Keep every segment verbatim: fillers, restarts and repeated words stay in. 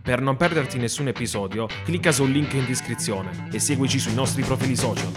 Per non perderti nessun episodio, clicca sul link in descrizione e seguici sui nostri profili social.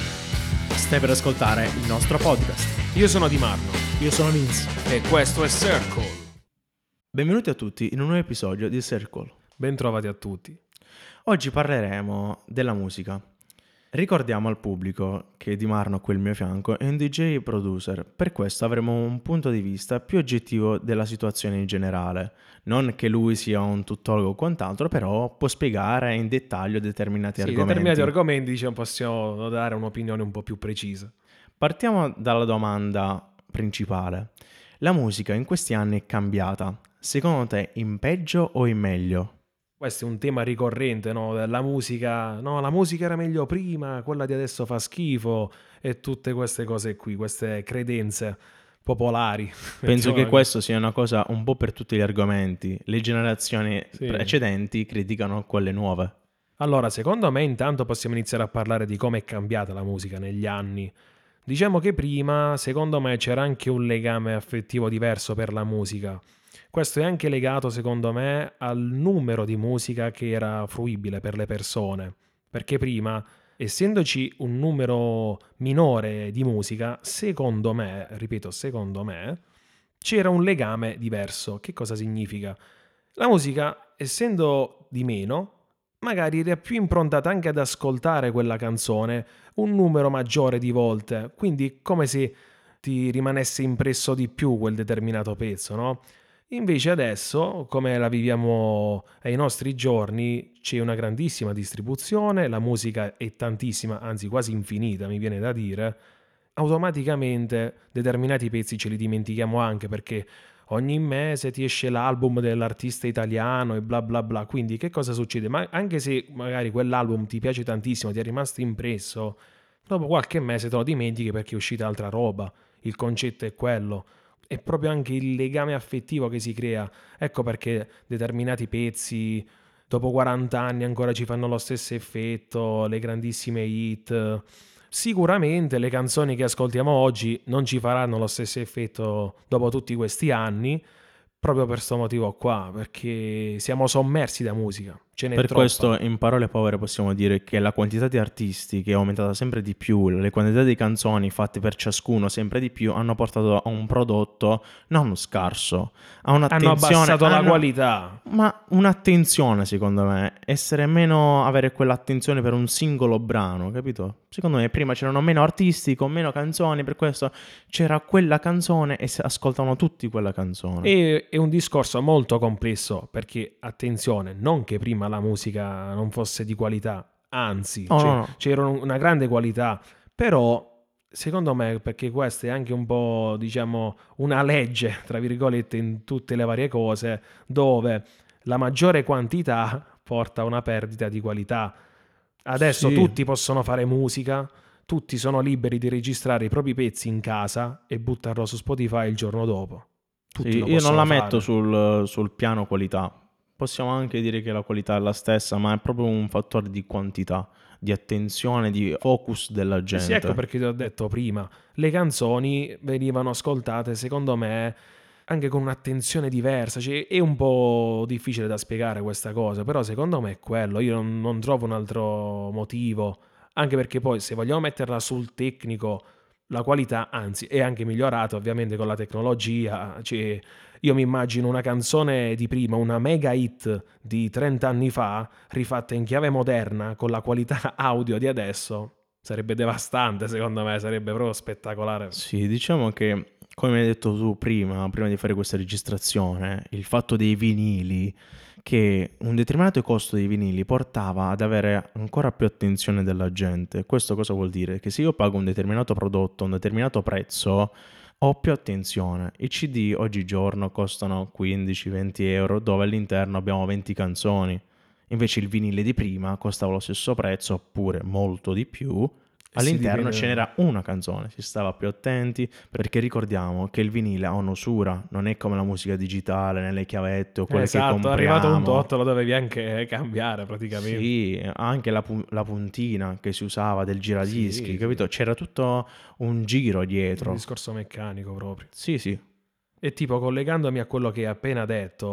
Stai per ascoltare il nostro podcast. Io sono Di Marno Io sono Vince. e questo è Circle. Benvenuti a tutti in un nuovo episodio di Circle. Bentrovati a tutti. Oggi parleremo della musica. Ricordiamo al pubblico che Di Marno, qui al mio fianco, è un D J producer. Per questo avremo un punto di vista più oggettivo della situazione in generale. Non che lui sia un tuttologo o quant'altro, però può spiegare in dettaglio determinati Sì, argomenti. determinati argomenti diciamo, possiamo dare un'opinione un po' più precisa. Partiamo dalla domanda principale. La musica in questi anni è cambiata. Secondo te in peggio o in meglio? Questo è un tema ricorrente, no? Della musica. No, la musica era meglio prima, quella di adesso fa schifo e tutte queste cose qui, queste credenze popolari. Penso che Mettiamo- questo sia una cosa un po' per tutti gli argomenti. Le generazioni Sì. precedenti criticano quelle nuove. Allora, secondo me intanto possiamo iniziare a parlare di come è cambiata la musica negli anni. Diciamo che prima, secondo me, c'era anche un legame affettivo diverso per la musica. Questo è anche legato, secondo me, al numero di musica che era fruibile per le persone. Perché prima, essendoci un numero minore di musica, secondo me, ripeto, secondo me, c'era un legame diverso. Che cosa significa? La musica, essendo di meno, magari era più improntata anche ad ascoltare quella canzone un numero maggiore di volte, quindi come se ti rimanesse impresso di più quel determinato pezzo, no? Invece adesso, come la viviamo ai nostri giorni, c'è una grandissima distribuzione, la musica è tantissima, anzi quasi infinita, mi viene da dire. Automaticamente determinati pezzi ce li dimentichiamo anche perché ogni mese ti esce l'album dell'artista italiano e bla bla bla. Quindi che cosa succede? Ma anche se magari quell'album ti piace tantissimo, ti è rimasto impresso, dopo qualche mese te lo dimentichi perché è uscita altra roba. Il concetto è quello. È proprio anche il legame affettivo che si crea. Ecco perché determinati pezzi dopo quaranta anni ancora ci fanno lo stesso effetto, le grandissime hit. Sicuramente le canzoni che ascoltiamo oggi non ci faranno lo stesso effetto dopo tutti questi anni, proprio per questo motivo qua, perché siamo sommersi da musica, ce n'è Per troppa. questo, in parole povere, possiamo dire che la quantità di artisti che è aumentata sempre di più, le quantità di canzoni fatte per ciascuno sempre di più, hanno portato a un prodotto non scarso, a Hanno un'attenzione, abbassato la hanno- qualità. ma un'attenzione, secondo me, essere meno, avere quell'attenzione per un singolo brano, capito? Secondo me prima c'erano meno artisti con meno canzoni, per questo c'era quella canzone e si ascoltavano tutti quella canzone. E è un discorso molto complesso, perché attenzione, non che prima la musica non fosse di qualità, anzi, No, cioè, no, no. c'era un- una grande qualità, però secondo me, perché questa è anche un po', diciamo, una legge, tra virgolette, in tutte le varie cose, dove la maggiore quantità porta a una perdita di qualità. Adesso Sì. tutti possono fare musica, tutti sono liberi di registrare i propri pezzi in casa e buttarlo su Spotify il giorno dopo. Tutti Sì, lo io non possono la fare. metto sul, sul piano qualità. Possiamo anche dire che la qualità è la stessa, ma è proprio un fattore di quantità, di attenzione, di focus della Eh gente. sì, ecco perché ti ho detto prima, le canzoni venivano ascoltate, secondo me, anche con un'attenzione diversa. Cioè, è un po' difficile da spiegare questa cosa, però secondo me è quello. Io non, non trovo un altro motivo, anche perché poi se vogliamo metterla sul tecnico, la qualità, anzi, è anche migliorata ovviamente con la tecnologia. Cioè, io mi immagino una canzone di prima, una mega hit di trenta anni fa, rifatta in chiave moderna, con la qualità audio di adesso. Sarebbe devastante, secondo me, sarebbe proprio spettacolare. Sì, diciamo che, come hai detto tu prima, prima di fare questa registrazione, il fatto dei vinili, che un determinato costo dei vinili portava ad avere ancora più attenzione della gente. Questo cosa vuol dire? Che se io pago un determinato prodotto, un determinato prezzo, ho più attenzione. I C D oggigiorno costano quindici venti euro, dove all'interno abbiamo venti canzoni. Invece il vinile di prima costava lo stesso prezzo, oppure molto di più. Eh sì, All'interno dipende- ce n'era una canzone, si stava più attenti, perché ricordiamo che il vinile ha un'usura, non è come la musica digitale, nelle chiavette o quelle che Esatto, è compriamo. arrivato un tot, lo dovevi anche cambiare praticamente. Sì, anche la, pu- la puntina che si usava del giradischi, Sì, capito? sì. C'era tutto un giro Un dietro. discorso meccanico proprio. Sì, sì. E tipo, collegandomi a quello che hai appena detto,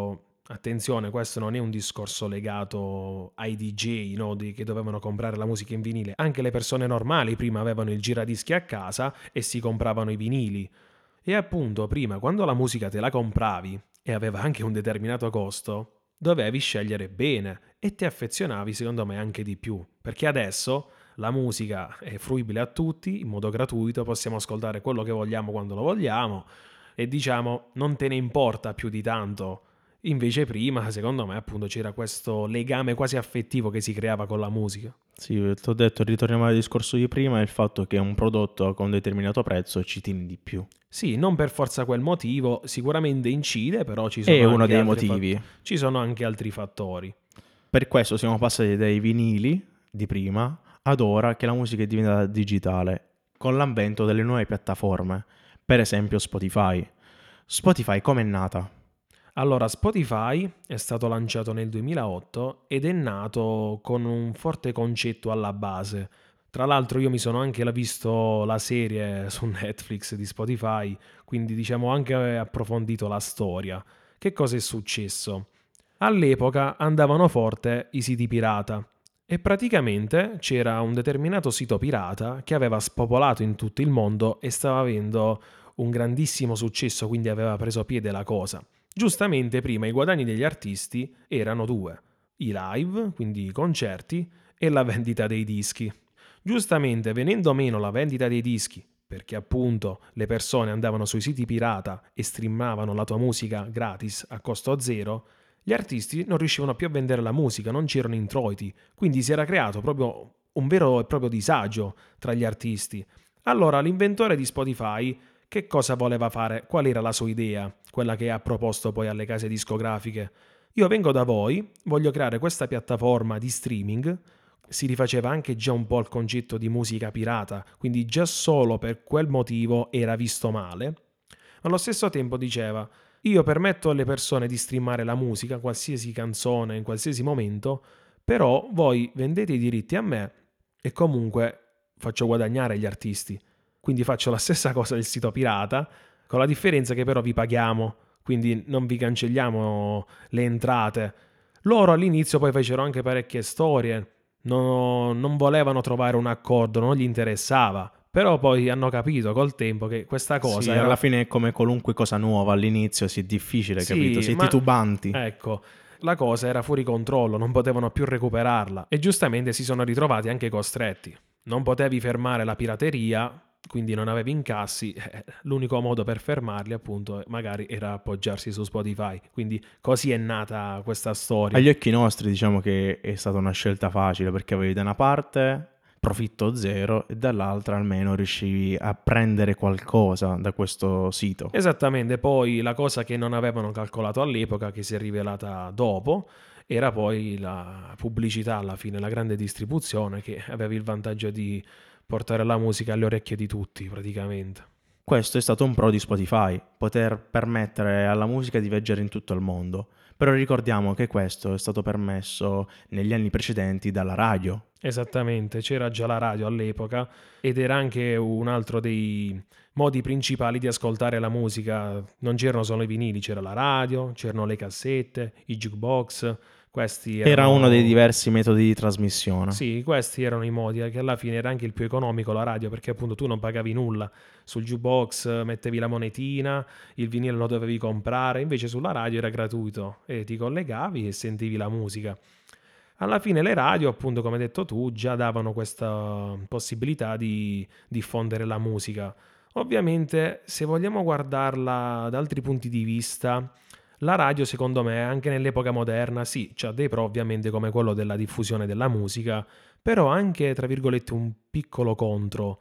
Attenzione, questo non è un discorso legato ai D J, no, di- che dovevano comprare la musica in vinile. Anche le persone normali prima avevano il giradischi a casa e si compravano i vinili. E appunto, prima, quando la musica te la compravi e aveva anche un determinato costo, dovevi scegliere bene e ti affezionavi, secondo me, anche di più. Perché adesso la musica è fruibile a tutti in modo gratuito, possiamo ascoltare quello che vogliamo quando lo vogliamo e diciamo non te ne importa più di tanto. Invece prima, secondo me, appunto c'era questo legame quasi affettivo che si creava con la musica. Sì, ti ho detto, ritorniamo al discorso di prima, il fatto che un prodotto con un determinato prezzo ci tieni di più. Sì, non per forza quel motivo, sicuramente incide, però ci È sono uno anche dei altri, fat- motivi. ci sono anche altri fattori. Per questo siamo passati dai vinili di prima ad ora che la musica è diventata digitale, con l'avvento delle nuove piattaforme, per esempio Spotify. Spotify come è nata? Allora, Spotify è stato lanciato nel duemilaotto ed è nato con un forte concetto alla base. Tra l'altro io mi sono anche la- visto la serie su Netflix di Spotify, quindi diciamo anche approfondito la storia. Che cosa è successo? All'epoca andavano forte i siti pirata e praticamente c'era un determinato sito pirata che aveva spopolato in tutto il mondo e stava avendo un grandissimo successo, quindi aveva preso piede la cosa. Giustamente prima i guadagni degli artisti erano due, i live, quindi i concerti, e la vendita dei dischi. Giustamente venendo meno la vendita dei dischi, perché appunto le persone andavano sui siti pirata e streamavano la tua musica gratis a costo zero, gli artisti non riuscivano più a vendere la musica, non c'erano introiti, quindi si era creato proprio un vero e proprio disagio tra gli artisti. Allora l'inventore di Spotify che cosa voleva fare? Qual era la sua idea? Quella che ha proposto poi alle case discografiche. Io vengo da voi, voglio creare questa piattaforma di streaming. Si rifaceva anche già un po' il concetto di musica pirata, quindi già solo per quel motivo era visto male. Ma allo stesso tempo diceva: io permetto alle persone di streamare la musica, qualsiasi canzone, in qualsiasi momento, però voi vendete i diritti a me e comunque faccio guadagnare gli artisti. Quindi faccio la stessa cosa del sito pirata, con la differenza che però vi paghiamo, quindi non vi cancelliamo le entrate. Loro all'inizio poi fecero anche parecchie storie, non, non volevano trovare un accordo, non gli interessava, però poi hanno capito col tempo che questa Sì, cosa era... alla fine è come qualunque cosa nuova, all'inizio si è difficile, capito? Sì, Si è ma titubanti. ecco, la cosa era fuori controllo, non potevano più recuperarla e giustamente si sono ritrovati anche costretti. Non potevi fermare la pirateria, quindi non avevi incassi, eh, l'unico modo per fermarli appunto magari era appoggiarsi su Spotify, quindi così è nata questa storia. Agli occhi nostri diciamo che è stata una scelta facile perché avevi da una parte profitto zero e dall'altra almeno riuscivi a prendere qualcosa da questo sito. Esattamente, poi la cosa che non avevano calcolato all'epoca, che si è rivelata dopo, era poi la pubblicità alla fine, la grande distribuzione che avevi il vantaggio di portare la musica alle orecchie di tutti praticamente. Questo è stato un pro di Spotify, poter permettere alla musica di viaggiare in tutto il mondo. Però ricordiamo che questo è stato permesso negli anni precedenti dalla radio. Esattamente, c'era già la radio all'epoca ed era anche un altro dei modi principali di ascoltare la musica. Non c'erano solo i vinili, c'era la radio, c'erano le cassette, i jukebox, questi Era uno dei erano... diversi metodi di trasmissione. Sì, questi erano i modi, eh, che alla fine era anche il più economico la radio, perché appunto tu non pagavi nulla. Sul jukebox eh, mettevi la monetina, il vinile lo dovevi comprare, invece sulla radio era gratuito e ti collegavi e sentivi la musica. Alla fine le radio, appunto, come hai detto tu, già davano questa possibilità di diffondere la musica. Ovviamente, se vogliamo guardarla da altri punti di vista, la radio, secondo me, anche nell'epoca moderna, sì, c'ha dei pro, ovviamente, come quello della diffusione della musica, però anche, tra virgolette, un piccolo contro.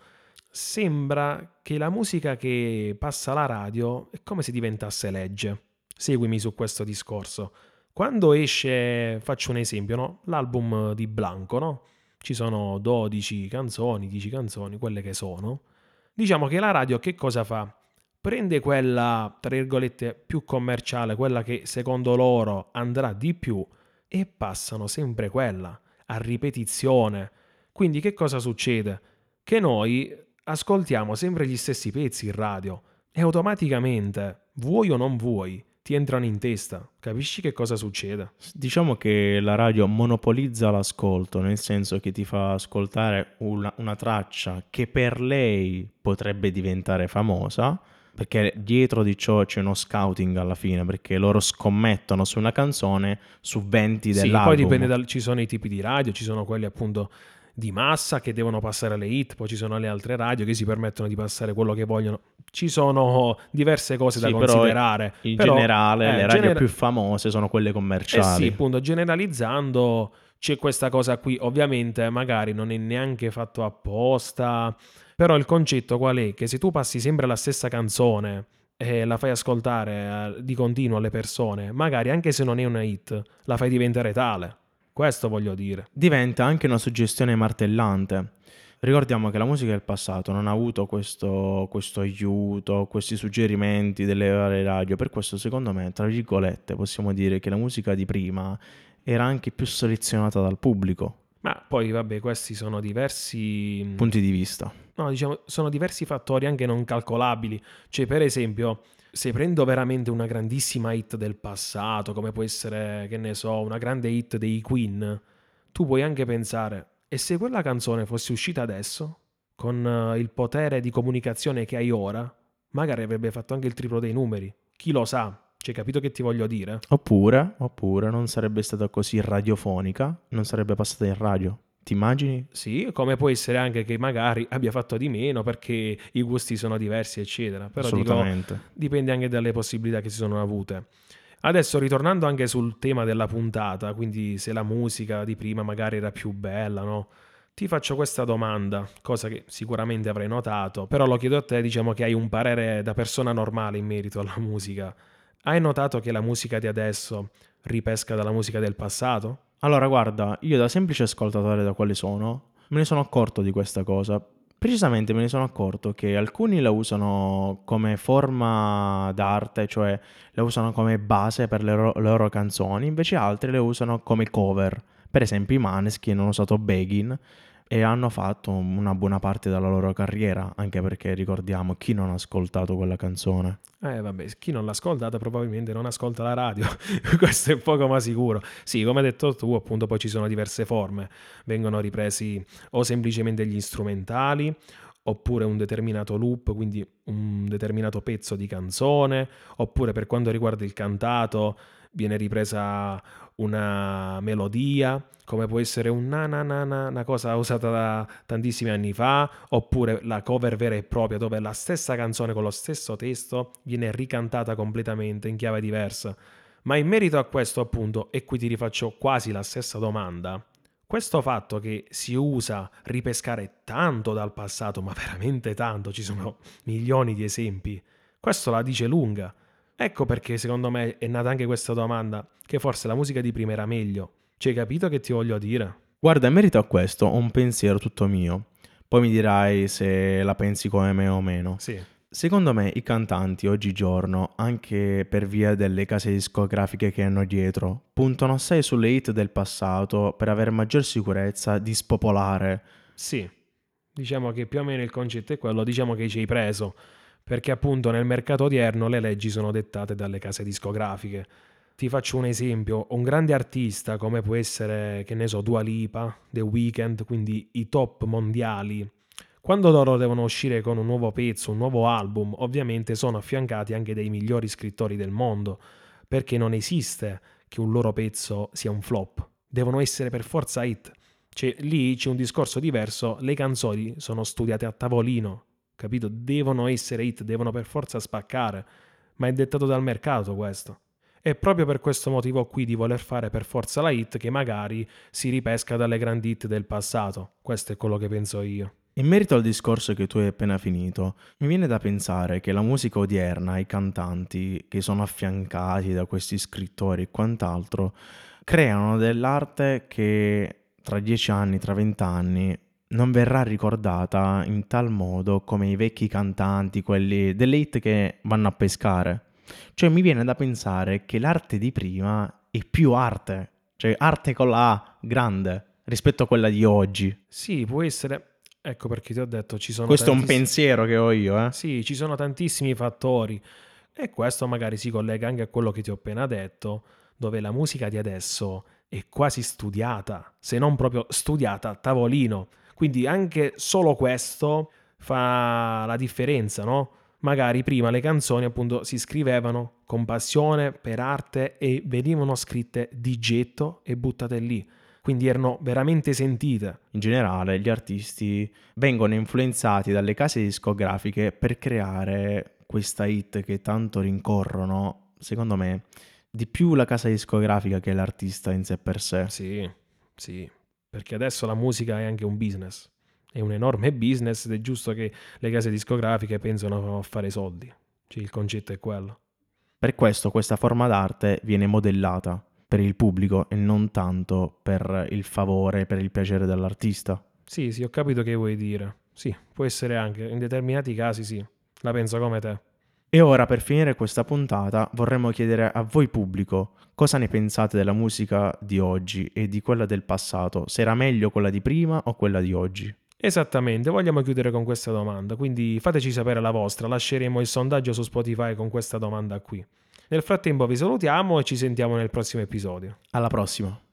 Sembra che la musica che passa alla radio è come se diventasse legge. Seguimi su questo discorso. Quando esce, faccio un esempio, no? L'album di Blanco, no? Ci sono dodici canzoni, dieci canzoni, quelle che sono. Diciamo che la radio che cosa fa? Prende quella, tra virgolette, più commerciale, quella che secondo loro andrà di più, e passano sempre quella, a ripetizione. Quindi che cosa succede? Che noi ascoltiamo sempre gli stessi pezzi in radio e automaticamente, vuoi o non vuoi, ti entrano in testa. Capisci che cosa succede? Diciamo che la radio monopolizza l'ascolto, nel senso che ti fa ascoltare una, una traccia che per lei potrebbe diventare famosa, perché dietro di ciò c'è uno scouting alla fine, perché loro scommettono su una canzone su venti Sì, dell'album. poi dipende dal... ci sono i tipi di radio, ci sono quelli appunto di massa che devono passare le hit, poi ci sono le altre radio che si permettono di passare quello che vogliono. Ci sono diverse cose Sì, da però considerare. in Però, generale eh, le radio genera- più famose sono quelle eh sì, commerciali. appunto, generalizzando c'è questa cosa qui. Ovviamente magari non è neanche fatto apposta, però il concetto qual è? Che se tu passi sempre la stessa canzone e la fai ascoltare eh, di continuo alle persone, magari anche se non è una hit, la fai diventare tale. Questo voglio dire. Diventa anche una suggestione martellante. Ricordiamo che la musica del passato non ha avuto questo, questo aiuto, questi suggerimenti delle varie radio, per questo secondo me, tra virgolette, possiamo dire che la musica di prima era anche più selezionata dal pubblico, Ma poi, vabbè, questi sono diversi, punti di vista. no, diciamo, sono diversi fattori anche non calcolabili. Cioè, per esempio, se prendo veramente una grandissima hit del passato, come può essere, che ne so, una grande hit dei Queen, tu puoi anche pensare, e se quella canzone fosse uscita adesso, con eh, il potere di comunicazione che hai ora, magari avrebbe fatto anche il triplo dei numeri. Chi lo sa? Cioè, capito che ti voglio dire? Oppure, oppure non sarebbe stata così radiofonica, non sarebbe passata in radio. Ti immagini? Sì, come può essere anche che magari abbia fatto di meno perché i gusti sono diversi, eccetera. Però dico, Assolutamente. dipende anche dalle possibilità che si sono avute. Adesso ritornando anche sul tema della puntata, quindi se la musica di prima magari era più bella, no? Ti faccio questa domanda, cosa che sicuramente avrai notato, però lo chiedo a te, diciamo che hai un parere da persona normale in merito alla musica. Hai notato che la musica di adesso ripesca dalla musica del passato? Allora, guarda, io da semplice ascoltatore da quale sono, me ne sono accorto di questa cosa. Precisamente me ne sono accorto che alcuni la usano come forma d'arte, cioè la usano come base per le, ro- le loro canzoni, invece altri le usano come cover. Per esempio i Maneskin hanno usato Begin e hanno fatto una buona parte della loro carriera, anche perché ricordiamo chi non ha ascoltato quella canzone. Eh vabbè, chi non l'ha ascoltata probabilmente non ascolta la radio, questo è poco ma sicuro. Sì, come hai detto tu, appunto poi ci sono diverse forme, vengono ripresi o semplicemente gli strumentali, oppure un determinato loop, quindi un determinato pezzo di canzone, oppure per quanto riguarda il cantato viene ripresa una melodia, come può essere un na na na na, una cosa usata da tantissimi anni fa, oppure la cover vera e propria dove la stessa canzone con lo stesso testo viene ricantata completamente in chiave diversa. Ma in merito a questo appunto, e qui ti rifaccio quasi la stessa domanda, questo fatto che si usa ripescare tanto dal passato, ma veramente tanto, ci sono milioni di esempi, questo la dice lunga. Ecco perché secondo me è nata anche questa domanda, che forse la musica di prima era meglio. Ci hai capito che ti voglio dire? Guarda, in merito a questo ho un pensiero tutto mio. Poi mi dirai se la pensi come me o meno. Sì. Secondo me i cantanti oggigiorno, anche per via delle case discografiche che hanno dietro, puntano assai sulle hit del passato per avere maggior sicurezza di spopolare. Sì, diciamo che più o meno il concetto è quello, diciamo che ci hai preso, perché appunto nel mercato odierno le leggi sono dettate dalle case discografiche. Ti faccio un esempio, un grande artista come può essere, che ne so, Dua Lipa, The Weeknd, quindi i top mondiali, quando loro devono uscire con un nuovo pezzo, un nuovo album, ovviamente sono affiancati anche dai migliori scrittori del mondo, perché non esiste che un loro pezzo sia un flop, devono essere per forza hit. Cioè, lì c'è un discorso diverso, le canzoni sono studiate a tavolino, capito? Devono essere hit, devono per forza spaccare, ma è dettato dal mercato questo. È proprio per questo motivo qui di voler fare per forza la hit che magari si ripesca dalle grandi hit del passato. Questo è quello che penso io. In merito al discorso che tu hai appena finito, mi viene da pensare che la musica odierna, i cantanti che sono affiancati da questi scrittori e quant'altro, creano dell'arte che tra dieci anni, tra vent'anni, non verrà ricordata in tal modo come i vecchi cantanti, quelli delle hit che vanno a pescare. Cioè mi viene da pensare che l'arte di prima è più arte, cioè arte con la A grande rispetto a quella di oggi. Sì, può essere. Ecco perché ti ho detto, ci sono Questo è un tantiss- pensiero che ho io, eh. Sì, ci sono tantissimi fattori. E questo magari si collega anche a quello che ti ho appena detto, dove la musica di adesso è quasi studiata, se non proprio studiata a tavolino. Quindi anche solo questo fa la differenza, no? Magari prima le canzoni appunto si scrivevano con passione, per arte e venivano scritte di getto e buttate lì. Quindi erano veramente sentite. In generale, gli artisti vengono influenzati dalle case discografiche per creare questa hit che tanto rincorrono, secondo me, di più la casa discografica che l'artista in sé per sé. Sì, sì, perché adesso la musica è anche un business. È un enorme business ed è giusto che le case discografiche pensano a fare soldi. Cioè, il concetto è quello. Per questo questa forma d'arte viene modellata per il pubblico e non tanto per il favore, per il piacere dell'artista. Sì, sì, ho capito che vuoi dire. Sì, può essere anche, in determinati casi sì, la penso come te. E ora, per finire questa puntata, vorremmo chiedere a voi pubblico cosa ne pensate della musica di oggi e di quella del passato, se era meglio quella di prima o quella di oggi. Esattamente, vogliamo chiudere con questa domanda, quindi fateci sapere la vostra, lasceremo il sondaggio su Spotify con questa domanda qui. Nel frattempo vi salutiamo e ci sentiamo nel prossimo episodio. Alla prossima!